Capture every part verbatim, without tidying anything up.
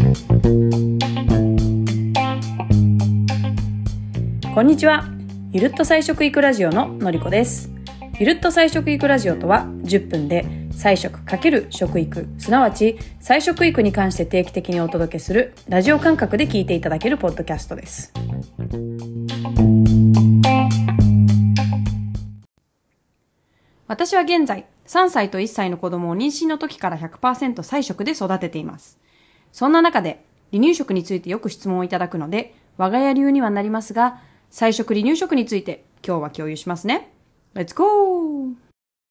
こんにちは。ゆるっと菜食育ラジオののりこです。ゆるっと菜食育ラジオとはじゅっぷんで菜食×食育、すなわち菜食育に関して定期的にお届けするラジオ感覚で聞いていただけるポッドキャストです。私は現在さんさいといっさいの子供を妊娠の時から ひゃくパーセント 菜食で育てています。そんな中で離乳食についてよく質問をいただくので、我が家流にはなりますが、菜食離乳食について今日は共有しますね。レッツゴー。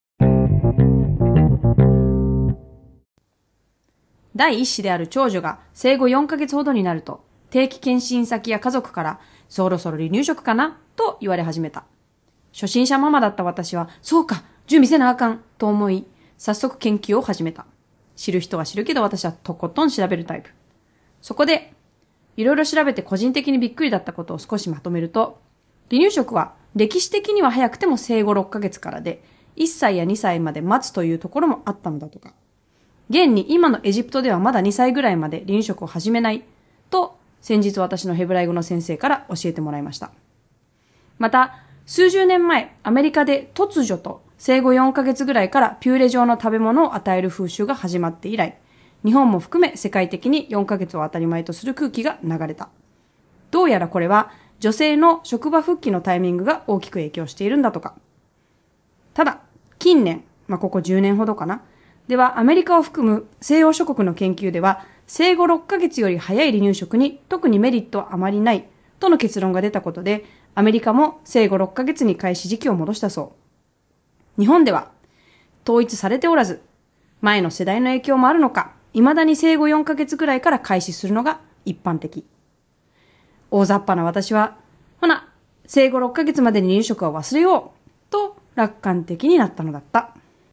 第一子である長女が生後よんかげつほどになると、定期検診先や家族からそろそろ離乳食かなと言われ始めた。初心者ママだった私は、そうか、準備せなあかんと思い、早速研究を始めた。知る人は知るけど私はとことん調べるタイプ。そこで、いろいろ調べて個人的にびっくりだったことを少しまとめると、離乳食は歴史的には早くても生後ろっかげつからで、いっさいやにさいまで待つというところもあったのだとか。現に今のエジプトではまだにさいぐらいまで離乳食を始めないと、先日私のヘブライ語の先生から教えてもらいました。また、数十年前、アメリカで突如と生後よんかげつぐらいからピューレ状の食べ物を与える風習が始まって以来、日本も含め世界的によんかげつを当たり前とする空気が流れた。どうやらこれは女性の職場復帰のタイミングが大きく影響しているんだとか。ただ、近年、まあ、ここじゅうねんほどかな。では、アメリカを含む西洋諸国の研究では、生後ろっかげつより早い離乳食に特にメリットはあまりないとの結論が出たことで、アメリカも生後ろっかげつに開始時期を戻したそう。日本では統一されておらず、前の世代の影響もあるのか、未だに生後よんかげつぐらいから開始するのが一般的。大雑把な私は、ほな、生後ろっかげつまでに離乳食は忘れようと楽観的になったのだった。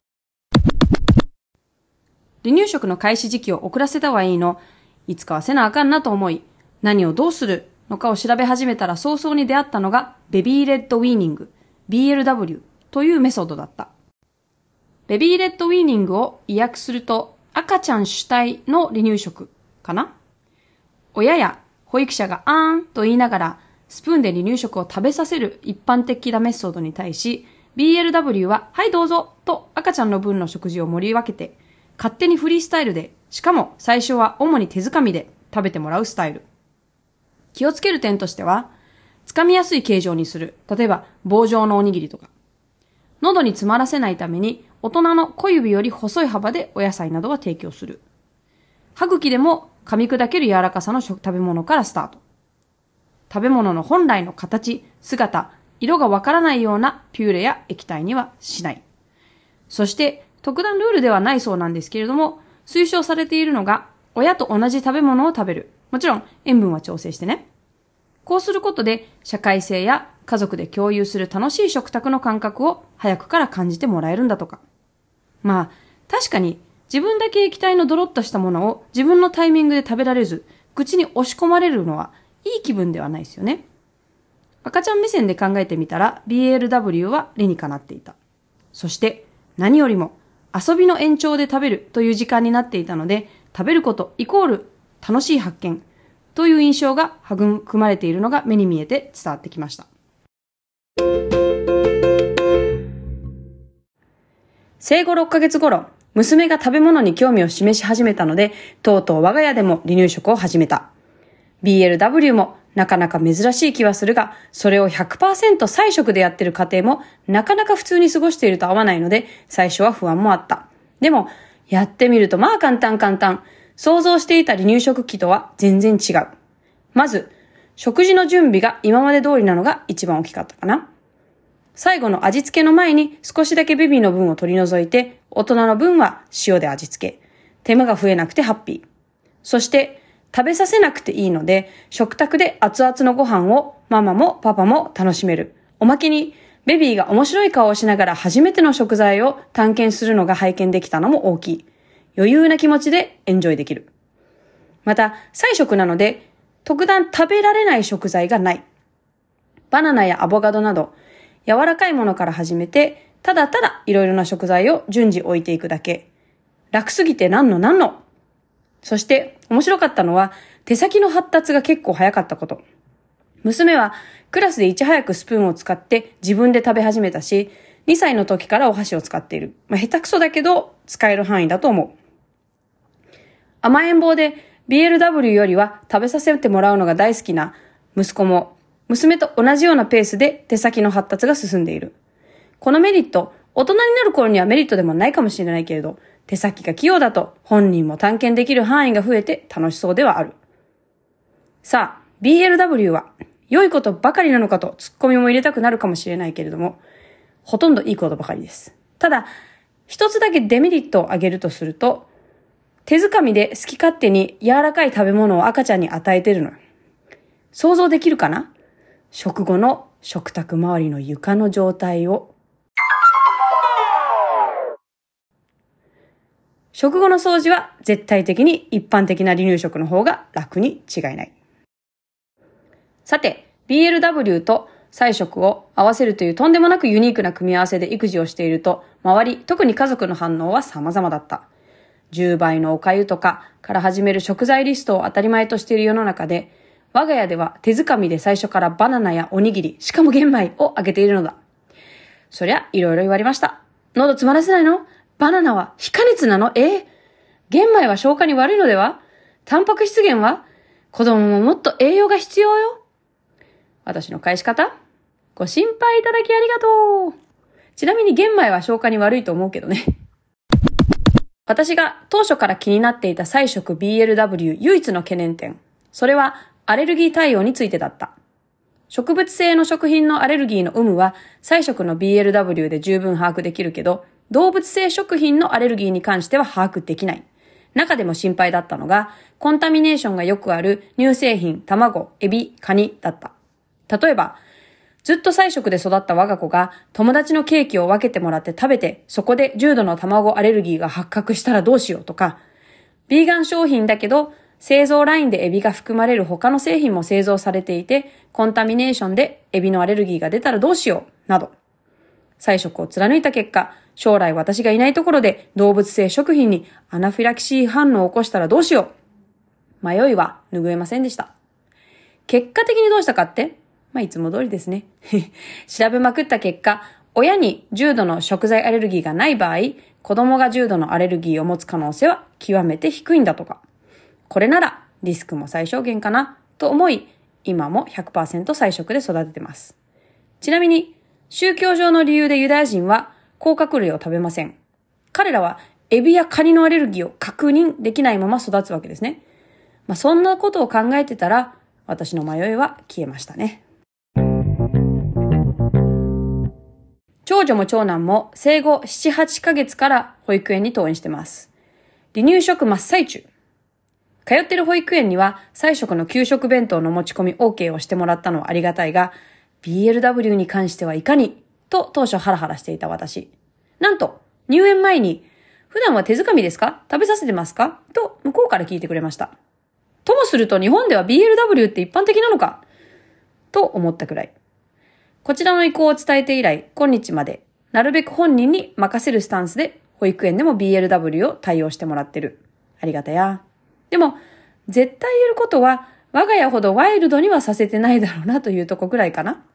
離乳食の開始時期を遅らせたはいいの、いつかはせなあかんなと思い、何をどうするのかを調べ始めたら早々に出会ったのがベビーレッドウィーニング、ビーエルダブリュー というメソッドだった。ベビーレッドウィーニングを意訳すると、赤ちゃん主体の離乳食かな？親や保育者があーんと言いながらスプーンで離乳食を食べさせる一般的なメソッドに対し ビーエルダブリュー ははいどうぞと赤ちゃんの分の食事を盛り分けて勝手にフリースタイルで、しかも最初は主に手づかみで食べてもらうスタイル。気をつける点としては、つかみやすい形状にする。例えば棒状のおにぎりとか。喉に詰まらせないために大人の小指より細い幅でお野菜などは提供する。歯茎でも噛み砕ける柔らかさの食べ物からスタート。食べ物の本来の形、姿、色がわからないようなピューレや液体にはしない。そして特段ルールではないそうなんですけれども、推奨されているのが親と同じ食べ物を食べる。もちろん塩分は調整してね。こうすることで社会性や家族で共有する楽しい食卓の感覚を早くから感じてもらえるんだとか。まあ、確かに自分だけ液体のドロッとしたものを自分のタイミングで食べられず、口に押し込まれるのはいい気分ではないですよね。赤ちゃん目線で考えてみたら ビーエルダブリュー は理にかなっていた。そして何よりも遊びの延長で食べるという時間になっていたので、食べることイコール楽しい発見という印象が育まれているのが目に見えて伝わってきました。生後ろっかげつ頃、娘が食べ物に興味を示し始めたので、とうとう我が家でも離乳食を始めた。ビーエルダブリュー もなかなか珍しい気はするが、それを ひゃくパーセント 菜食でやってる家庭もなかなか普通に過ごしていると合わないので、最初は不安もあった。でも、やってみるとまあ簡単簡単。想像していた離乳食期とは全然違う。まず、食事の準備が今まで通りなのが一番大きかったかな。最後の味付けの前に少しだけベビーの分を取り除いて、大人の分は塩で味付け。手間が増えなくてハッピー。そして、食べさせなくていいので、食卓で熱々のご飯をママもパパも楽しめる。おまけに、ベビーが面白い顔をしながら初めての食材を探検するのが拝見できたのも大きい。余裕な気持ちでエンジョイできる。また、菜食なので、特段食べられない食材がない。バナナやアボカドなど、柔らかいものから始めて、ただただいろいろな食材を順次置いていくだけ。楽すぎて何の何の。 そして面白かったのは手先の発達が結構早かったこと。娘はクラスでいち早くスプーンを使って自分で食べ始めたし、にさいの時からお箸を使っている。まあ、下手くそだけど使える範囲だと思う。甘えん坊で ビーエルダブリュー よりは食べさせてもらうのが大好きな息子も娘と同じようなペースで手先の発達が進んでいる。このメリット、大人になる頃にはメリットでもないかもしれないけれど、手先が器用だと本人も探検できる範囲が増えて楽しそうではある。さあ、ビーエルダブリュー は良いことばかりなのかとツッコミも入れたくなるかもしれないけれども、ほとんどいいことばかりです。ただ、一つだけデメリットを挙げるとすると、手づかみで好き勝手に柔らかい食べ物を赤ちゃんに与えてるのよ。想像できるかな？食後の食卓周りの床の状態を。食後の掃除は絶対的に一般的な離乳食の方が楽に違いない。さて、ビーエルダブリュー と菜食を合わせるというとんでもなくユニークな組み合わせで育児をしていると、周り、特に家族の反応は様々だった。じゅうばいのお粥とかから始める食材リストを当たり前としている世の中で、我が家では手づかみで最初からバナナやおにぎり、しかも玄米をあげているのだ。そりゃ、いろいろ言われました。喉詰まらせないの？バナナは非加熱なの？えー、玄米は消化に悪いのでは？タンパク質源は？子供ももっと栄養が必要よ。私の返し方？ご心配いただきありがとう。ちなみに玄米は消化に悪いと思うけどね。私が当初から気になっていた菜食 ビーエルダブリュー 唯一の懸念点。それはアレルギー対応についてだった。植物性の食品のアレルギーの有無は菜食の ビーエルダブリュー で十分把握できるけど、動物性食品のアレルギーに関しては把握できない。中でも心配だったのが、コンタミネーションがよくある乳製品、卵、エビ、カニだった。例えば、ずっと菜食で育った我が子が友達のケーキを分けてもらって食べて、そこで重度の卵アレルギーが発覚したらどうしようとか、ビーガン商品だけど製造ラインでエビが含まれる他の製品も製造されていて、コンタミネーションでエビのアレルギーが出たらどうしようなど、菜食を貫いた結果、将来私がいないところで動物性食品にアナフィラキシー反応を起こしたらどうしよう。迷いは拭えませんでした。結果的にどうしたかってまあ、いつも通りですね。調べまくった結果、親に重度の食材アレルギーがない場合、子供が重度のアレルギーを持つ可能性は極めて低いんだとか。これならリスクも最小限かなと思い、今も ひゃくパーセント 菜食で育ててます。ちなみに、宗教上の理由でユダヤ人は甲殻類を食べません。彼らはエビやカニのアレルギーを確認できないまま育つわけですね。まあ、そんなことを考えてたら、私の迷いは消えましたね。長女も長男も生後なな、はちかげつから保育園に登園してます。離乳食真っ最中。通ってる保育園には菜食の給食弁当の持ち込み OK をしてもらったのはありがたいが、ビーエルダブリュー に関してはいかにと当初ハラハラしていた私。なんと入園前に、普段は手づかみですか？食べさせてますか？と向こうから聞いてくれました。ともすると日本では ビーエルダブリュー って一般的なのかと思ったくらい。こちらの意向を伝えて以来、今日まで、なるべく本人に任せるスタンスで、保育園でも ビーエルダブリュー を対応してもらってる。ありがたや。でも、絶対言えることは、我が家ほどワイルドにはさせてないだろうなというとこくらいかな。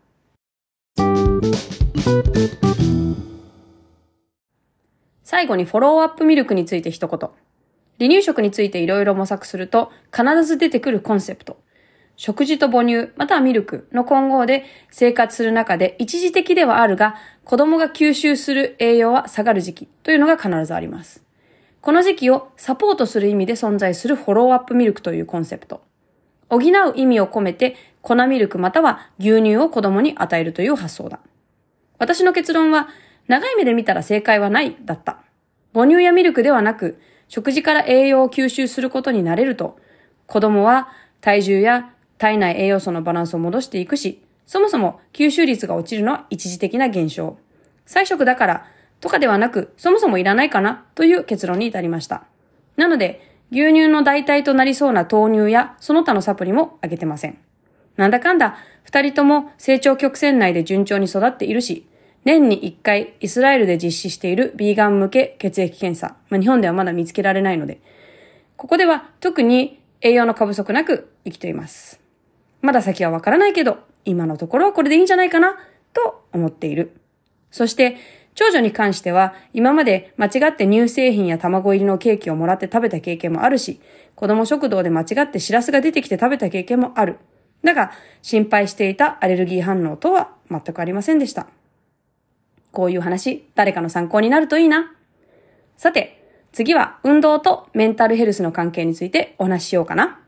最後にフォローアップミルクについて一言。離乳食についていろいろ模索すると、必ず出てくるコンセプト。食事と母乳、またはミルクの混合で生活する中で一時的ではあるが、子供が吸収する栄養は下がる時期というのが必ずあります。この時期をサポートする意味で存在するフォローアップミルクというコンセプト。補う意味を込めて粉ミルクまたは牛乳を子供に与えるという発想だ。私の結論は、長い目で見たら正解はないだった。母乳やミルクではなく、食事から栄養を吸収することになれると、子供は体重や体内栄養素のバランスを戻していくし、そもそも吸収率が落ちるのは一時的な現象。菜食だからとかではなく、そもそもいらないかなという結論に至りました。なので、牛乳の代替となりそうな豆乳やその他のサプリもあげてません。なんだかんだ、二人とも成長曲線内で順調に育っているし、年に一回イスラエルで実施しているビーガン向け血液検査、まあ、日本ではまだ見つけられないので、 ここでは特に栄養の過不足なく生きています。まだ先はわからないけど、今のところはこれでいいんじゃないかなと思っている。そして長女に関しては今まで間違って乳製品や卵入りのケーキをもらって食べた経験もあるし、子供食堂で間違ってシラスが出てきて食べた経験もある。だが心配していたアレルギー反応とは全くありませんでした。こういう話、誰かの参考になるといいな。さて、次は運動とメンタルヘルスの関係についてお話ししようかな。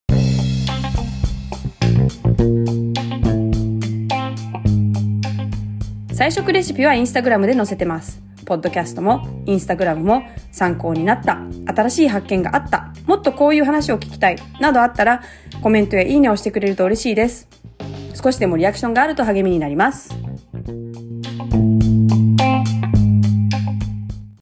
菜食レシピはインスタグラムで載せてます。ポッドキャストもインスタグラムも参考になった、新しい発見があった、もっとこういう話を聞きたいなどあったらコメントやいいねをしてくれると嬉しいです。少しでもリアクションがあると励みになります。